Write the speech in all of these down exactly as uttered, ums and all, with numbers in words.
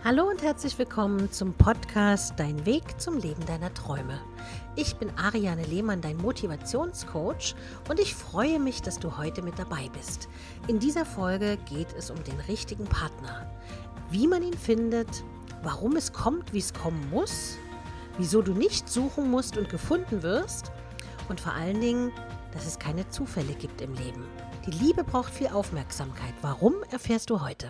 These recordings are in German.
Hallo und herzlich willkommen zum Podcast Dein Weg zum Leben deiner Träume. Ich bin Ariane Lehmann, dein Motivationscoach, und ich freue mich, dass du heute mit dabei bist. In dieser Folge geht es um den richtigen Partner. Wie man ihn findet, warum es kommt, wie es kommen muss, wieso du nicht suchen musst und gefunden wirst und vor allen Dingen, dass es keine Zufälle gibt im Leben. Die Liebe braucht viel Aufmerksamkeit. Warum, erfährst du heute.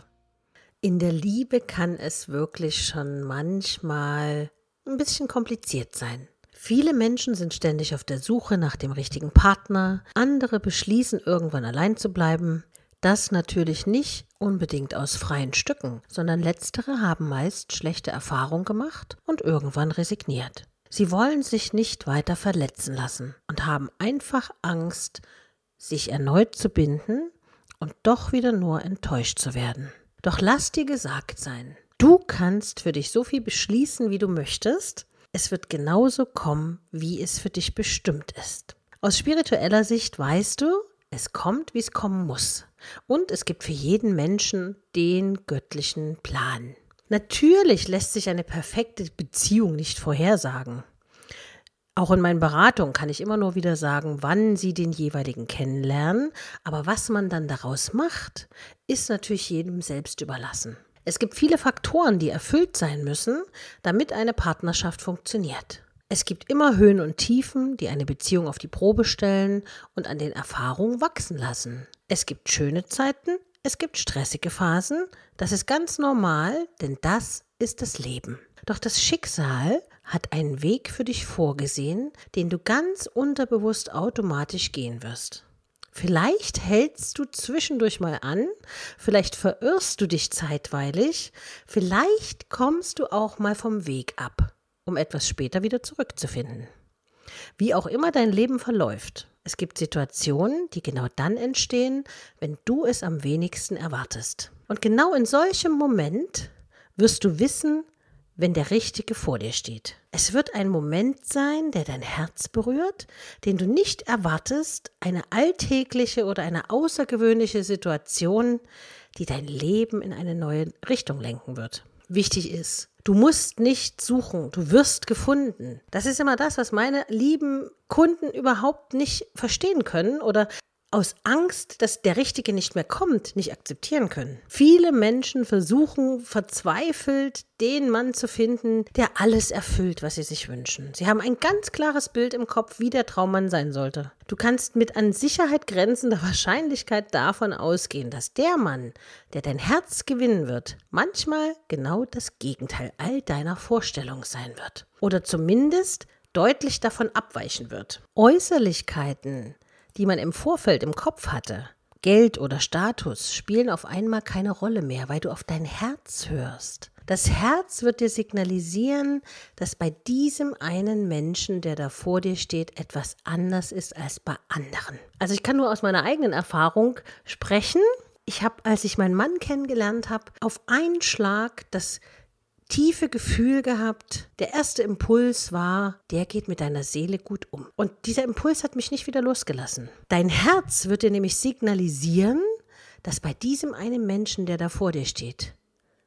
In der Liebe kann es wirklich schon manchmal ein bisschen kompliziert sein. Viele Menschen sind ständig auf der Suche nach dem richtigen Partner, andere beschließen, irgendwann allein zu bleiben. Das natürlich nicht unbedingt aus freien Stücken, sondern letztere haben meist schlechte Erfahrungen gemacht und irgendwann resigniert. Sie wollen sich nicht weiter verletzen lassen und haben einfach Angst, sich erneut zu binden und doch wieder nur enttäuscht zu werden. Doch lass dir gesagt sein, du kannst für dich so viel beschließen, wie du möchtest. Es wird genauso kommen, wie es für dich bestimmt ist. Aus spiritueller Sicht weißt du, es kommt, wie es kommen muss. Und es gibt für jeden Menschen den göttlichen Plan. Natürlich lässt sich eine perfekte Beziehung nicht vorhersagen. Auch in meinen Beratungen kann ich immer nur wieder sagen, wann Sie den jeweiligen kennenlernen. Aber was man dann daraus macht, ist natürlich jedem selbst überlassen. Es gibt viele Faktoren, die erfüllt sein müssen, damit eine Partnerschaft funktioniert. Es gibt immer Höhen und Tiefen, die eine Beziehung auf die Probe stellen und an den Erfahrungen wachsen lassen. Es gibt schöne Zeiten, es gibt stressige Phasen. Das ist ganz normal, denn das ist das Leben. Doch das Schicksal hat einen Weg für dich vorgesehen, den du ganz unterbewusst automatisch gehen wirst. Vielleicht hältst du zwischendurch mal an, vielleicht verirrst du dich zeitweilig, vielleicht kommst du auch mal vom Weg ab, um etwas später wieder zurückzufinden. Wie auch immer dein Leben verläuft, es gibt Situationen, die genau dann entstehen, wenn du es am wenigsten erwartest. Und genau in solchem Moment wirst du wissen, wenn der Richtige vor dir steht. Es wird ein Moment sein, der dein Herz berührt, den du nicht erwartest, eine alltägliche oder eine außergewöhnliche Situation, die dein Leben in eine neue Richtung lenken wird. Wichtig ist, du musst nicht suchen, du wirst gefunden. Das ist immer das, was meine lieben Kunden überhaupt nicht verstehen können oder aus Angst, dass der Richtige nicht mehr kommt, nicht akzeptieren können. Viele Menschen versuchen verzweifelt, den Mann zu finden, der alles erfüllt, was sie sich wünschen. Sie haben ein ganz klares Bild im Kopf, wie der Traummann sein sollte. Du kannst mit an Sicherheit grenzender Wahrscheinlichkeit davon ausgehen, dass der Mann, der dein Herz gewinnen wird, manchmal genau das Gegenteil all deiner Vorstellungen sein wird. Oder zumindest deutlich davon abweichen wird. Äußerlichkeiten, die man im Vorfeld im Kopf hatte, Geld oder Status, spielen auf einmal keine Rolle mehr, weil du auf dein Herz hörst. Das Herz wird dir signalisieren, dass bei diesem einen Menschen, der da vor dir steht, etwas anders ist als bei anderen. Also ich kann nur aus meiner eigenen Erfahrung sprechen. Ich habe, als ich meinen Mann kennengelernt habe, auf einen Schlag das tiefe Gefühl gehabt, der erste Impuls war, der geht mit deiner Seele gut um. Und dieser Impuls hat mich nicht wieder losgelassen. Dein Herz wird dir nämlich signalisieren, dass bei diesem einen Menschen, der da vor dir steht,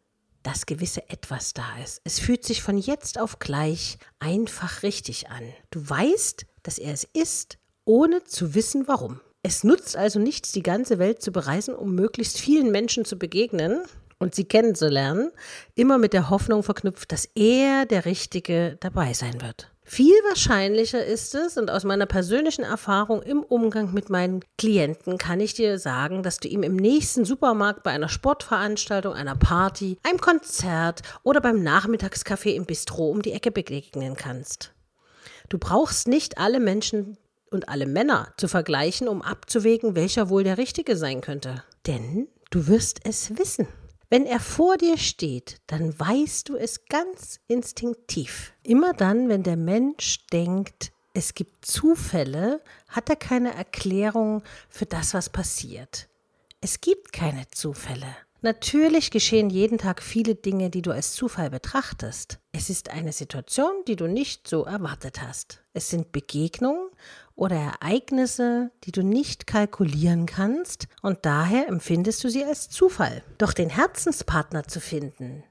das gewisse Etwas da ist. Es fühlt sich von jetzt auf gleich einfach richtig an. Du weißt, dass er es ist, ohne zu wissen, warum. Es nutzt also nichts, die ganze Welt zu bereisen, um möglichst vielen Menschen zu begegnen und sie kennenzulernen, immer mit der Hoffnung verknüpft, dass er der Richtige dabei sein wird. Viel wahrscheinlicher ist es, und aus meiner persönlichen Erfahrung im Umgang mit meinen Klienten kann ich dir sagen, dass du ihm im nächsten Supermarkt, bei einer Sportveranstaltung, einer Party, einem Konzert oder beim Nachmittagskaffee im Bistro um die Ecke begegnen kannst. Du brauchst nicht alle Menschen und alle Männer zu vergleichen, um abzuwägen, welcher wohl der Richtige sein könnte. Denn du wirst es wissen. Wenn er vor dir steht, dann weißt du es ganz instinktiv. Immer dann, wenn der Mensch denkt, es gibt Zufälle, hat er keine Erklärung für das, was passiert. Es gibt keine Zufälle. Natürlich geschehen jeden Tag viele Dinge, die du als Zufall betrachtest. Es ist eine Situation, die du nicht so erwartet hast. Es sind Begegnungen oder Ereignisse, die du nicht kalkulieren kannst und daher empfindest du sie als Zufall. Doch den Herzenspartner zu finden,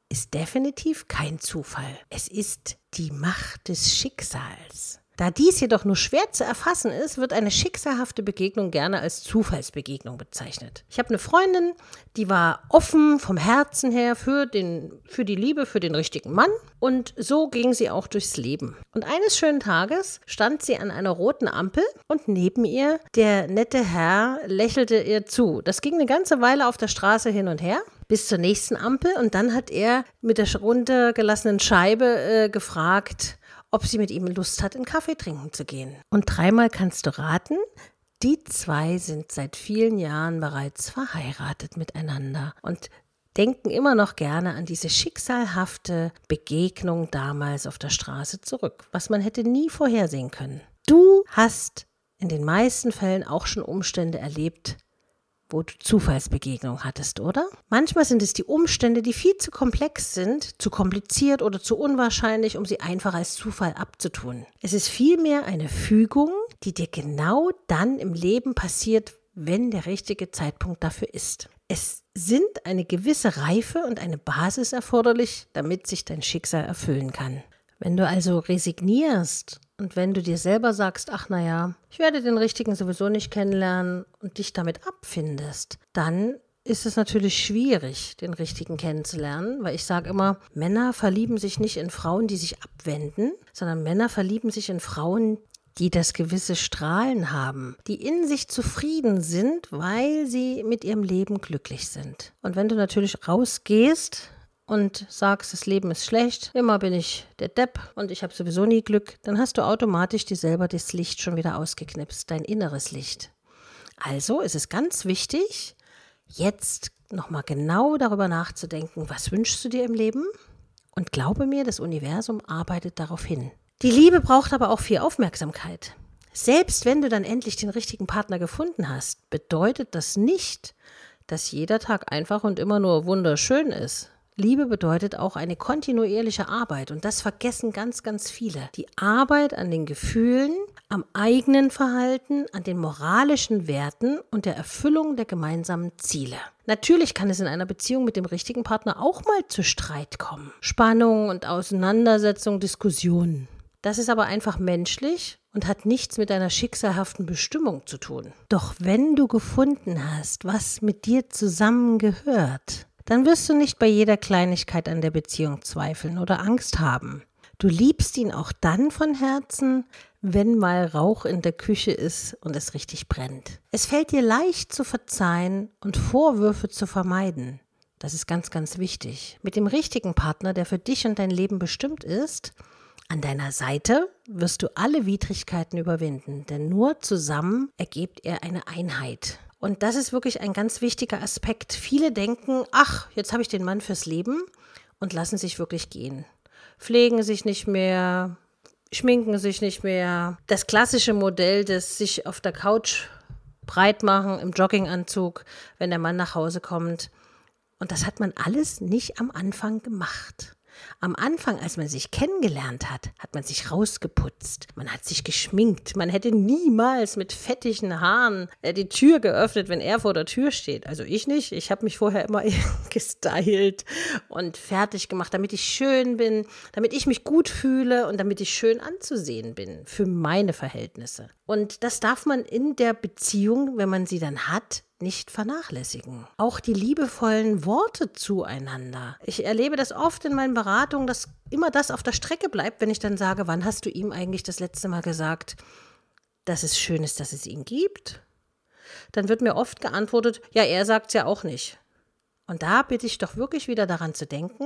ist definitiv kein Zufall. Es ist die Macht des Schicksals. Da dies jedoch nur schwer zu erfassen ist, wird eine schicksalhafte Begegnung gerne als Zufallsbegegnung bezeichnet. Ich habe eine Freundin, die war offen vom Herzen her für, den, für die Liebe, für den richtigen Mann. Und so ging sie auch durchs Leben. Und eines schönen Tages stand sie an einer roten Ampel und neben ihr, der nette Herr, lächelte ihr zu. Das ging eine ganze Weile auf der Straße hin und her, bis zur nächsten Ampel. Und dann hat er mit der runtergelassenen Scheibe äh, gefragt, ob sie mit ihm Lust hat, einen Kaffee trinken zu gehen. Und dreimal kannst du raten, die zwei sind seit vielen Jahren bereits verheiratet miteinander und denken immer noch gerne an diese schicksalhafte Begegnung damals auf der Straße zurück, was man hätte nie vorhersehen können. Du hast in den meisten Fällen auch schon Umstände erlebt, wo du Zufallsbegegnung hattest, oder? Manchmal sind es die Umstände, die viel zu komplex sind, zu kompliziert oder zu unwahrscheinlich, um sie einfach als Zufall abzutun. Es ist vielmehr eine Fügung, die dir genau dann im Leben passiert, wenn der richtige Zeitpunkt dafür ist. Es sind eine gewisse Reife und eine Basis erforderlich, damit sich dein Schicksal erfüllen kann. Wenn du also resignierst und wenn du dir selber sagst, ach naja, ich werde den Richtigen sowieso nicht kennenlernen und dich damit abfindest, dann ist es natürlich schwierig, den Richtigen kennenzulernen, weil ich sage immer, Männer verlieben sich nicht in Frauen, die sich abwenden, sondern Männer verlieben sich in Frauen, die das gewisse Strahlen haben, die in sich zufrieden sind, weil sie mit ihrem Leben glücklich sind. Und wenn du natürlich rausgehst und sagst, das Leben ist schlecht, immer bin ich der Depp und ich habe sowieso nie Glück, dann hast du automatisch dir selber das Licht schon wieder ausgeknipst, dein inneres Licht. Also ist es ganz wichtig, jetzt nochmal genau darüber nachzudenken, was wünschst du dir im Leben? Und glaube mir, das Universum arbeitet darauf hin. Die Liebe braucht aber auch viel Aufmerksamkeit. Selbst wenn du dann endlich den richtigen Partner gefunden hast, bedeutet das nicht, dass jeder Tag einfach und immer nur wunderschön ist. Liebe bedeutet auch eine kontinuierliche Arbeit und das vergessen ganz, ganz viele. Die Arbeit an den Gefühlen, am eigenen Verhalten, an den moralischen Werten und der Erfüllung der gemeinsamen Ziele. Natürlich kann es in einer Beziehung mit dem richtigen Partner auch mal zu Streit kommen. Spannung und Auseinandersetzung, Diskussionen. Das ist aber einfach menschlich und hat nichts mit deiner schicksalhaften Bestimmung zu tun. Doch wenn du gefunden hast, was mit dir zusammengehört, dann wirst du nicht bei jeder Kleinigkeit an der Beziehung zweifeln oder Angst haben. Du liebst ihn auch dann von Herzen, wenn mal Rauch in der Küche ist und es richtig brennt. Es fällt dir leicht zu verzeihen und Vorwürfe zu vermeiden. Das ist ganz, ganz wichtig. Mit dem richtigen Partner, der für dich und dein Leben bestimmt ist, an deiner Seite wirst du alle Widrigkeiten überwinden, denn nur zusammen ergebt er eine Einheit. Und das ist wirklich ein ganz wichtiger Aspekt. Viele denken, ach, jetzt habe ich den Mann fürs Leben und lassen sich wirklich gehen. Pflegen sich nicht mehr, schminken sich nicht mehr. Das klassische Modell des sich auf der Couch breit machen im Jogginganzug, wenn der Mann nach Hause kommt. Und das hat man alles nicht am Anfang gemacht. Am Anfang, als man sich kennengelernt hat, hat man sich rausgeputzt, man hat sich geschminkt, man hätte niemals mit fettigen Haaren äh, die Tür geöffnet, wenn er vor der Tür steht. Also ich nicht, ich habe mich vorher immer gestylt und fertig gemacht, damit ich schön bin, damit ich mich gut fühle und damit ich schön anzusehen bin für meine Verhältnisse. Und das darf man in der Beziehung, wenn man sie dann hat, nicht vernachlässigen. Auch die liebevollen Worte zueinander. Ich erlebe das oft in meinen Beratungen, dass immer das auf der Strecke bleibt, wenn ich dann sage, wann hast du ihm eigentlich das letzte Mal gesagt, dass es schön ist, dass es ihn gibt? Dann wird mir oft geantwortet, ja, er sagt es ja auch nicht. Und da bitte ich doch wirklich wieder daran zu denken,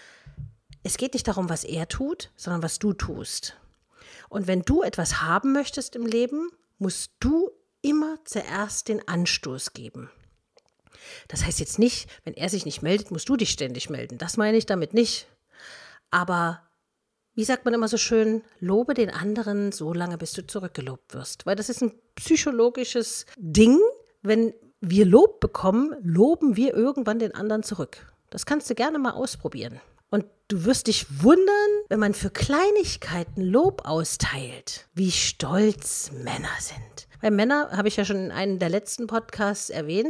es geht nicht darum, was er tut, sondern was du tust. Und wenn du etwas haben möchtest im Leben, musst du immer zuerst den Anstoß geben. Das heißt jetzt nicht, wenn er sich nicht meldet, musst du dich ständig melden. Das meine ich damit nicht. Aber wie sagt man immer so schön, lobe den anderen so lange, bis du zurückgelobt wirst. Weil das ist ein psychologisches Ding. Wenn wir Lob bekommen, loben wir irgendwann den anderen zurück. Das kannst du gerne mal ausprobieren. Und du wirst dich wundern, wenn man für Kleinigkeiten Lob austeilt, wie stolz Männer sind. Weil Männer, habe ich ja schon in einem der letzten Podcasts erwähnt,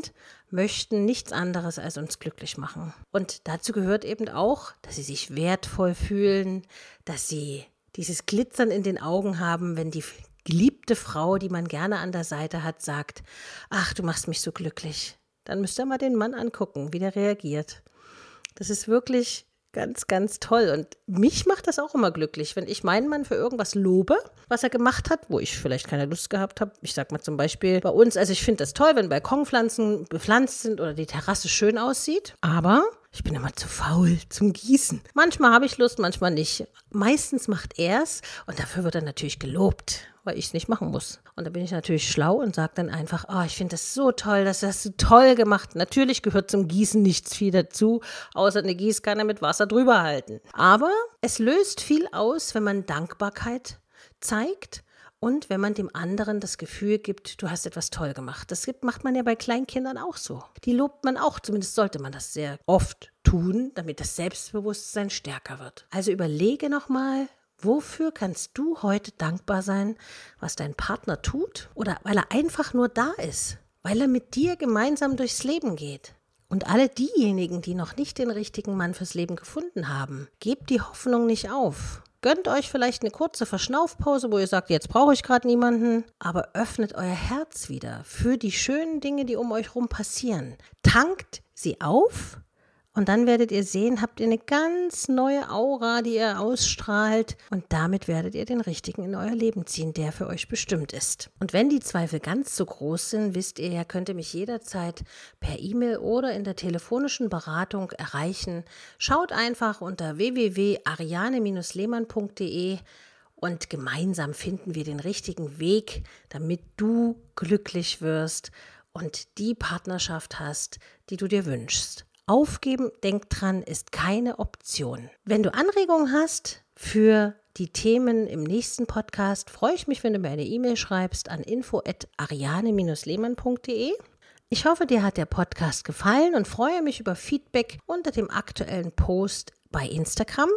möchten nichts anderes als uns glücklich machen. Und dazu gehört eben auch, dass sie sich wertvoll fühlen, dass sie dieses Glitzern in den Augen haben, wenn die geliebte Frau, die man gerne an der Seite hat, sagt, ach, du machst mich so glücklich. Dann müsst ihr mal den Mann angucken, wie der reagiert. Das ist wirklich ganz, ganz toll. Und mich macht das auch immer glücklich, wenn ich meinen Mann für irgendwas lobe, was er gemacht hat, wo ich vielleicht keine Lust gehabt habe. Ich sag mal zum Beispiel bei uns, also ich finde das toll, wenn Balkonpflanzen bepflanzt sind oder die Terrasse schön aussieht. Aber ich bin immer zu faul zum Gießen. Manchmal habe ich Lust, manchmal nicht. Meistens macht er es und dafür wird er natürlich gelobt, weil ich es nicht machen muss. Und da bin ich natürlich schlau und sage dann einfach, oh, ich finde das so toll, das hast du toll gemacht. Natürlich gehört zum Gießen nichts viel dazu, außer eine Gießkanne mit Wasser drüber halten. Aber es löst viel aus, wenn man Dankbarkeit zeigt und wenn man dem anderen das Gefühl gibt, du hast etwas toll gemacht. Das gibt, macht man ja bei Kleinkindern auch so. Die lobt man auch, zumindest sollte man das sehr oft tun, damit das Selbstbewusstsein stärker wird. Also überlege nochmal, wofür kannst du heute dankbar sein, was dein Partner tut oder weil er einfach nur da ist, weil er mit dir gemeinsam durchs Leben geht. Und alle diejenigen, die noch nicht den richtigen Mann fürs Leben gefunden haben, gebt die Hoffnung nicht auf. Gönnt euch vielleicht eine kurze Verschnaufpause, wo ihr sagt, jetzt brauche ich gerade niemanden, aber öffnet euer Herz wieder für die schönen Dinge, die um euch rum passieren. Tankt sie auf und dann werdet ihr sehen, habt ihr eine ganz neue Aura, die ihr ausstrahlt und damit werdet ihr den Richtigen in euer Leben ziehen, der für euch bestimmt ist. Und wenn die Zweifel ganz so groß sind, wisst ihr ja, könnt ihr mich jederzeit per E-Mail oder in der telefonischen Beratung erreichen. Schaut einfach unter w w w punkt ariane Bindestrich lehmann punkt de und gemeinsam finden wir den richtigen Weg, damit du glücklich wirst und die Partnerschaft hast, die du dir wünschst. Aufgeben, denk dran, ist keine Option. Wenn du Anregungen hast für die Themen im nächsten Podcast, freue ich mich, wenn du mir eine E-Mail schreibst an info at ariane Bindestrich lehmann punkt de. Ich hoffe, dir hat der Podcast gefallen und freue mich über Feedback unter dem aktuellen Post bei Instagram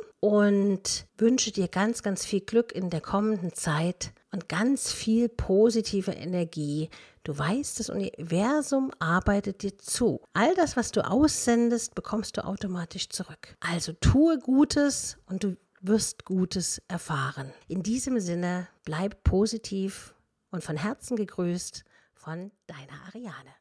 und wünsche dir ganz, ganz viel Glück in der kommenden Zeit und ganz viel positive Energie. Du weißt, das Universum arbeitet dir zu. All das, was du aussendest, bekommst du automatisch zurück. Also tue Gutes und du wirst Gutes erfahren. In diesem Sinne, bleib positiv und von Herzen gegrüßt von deiner Ariane.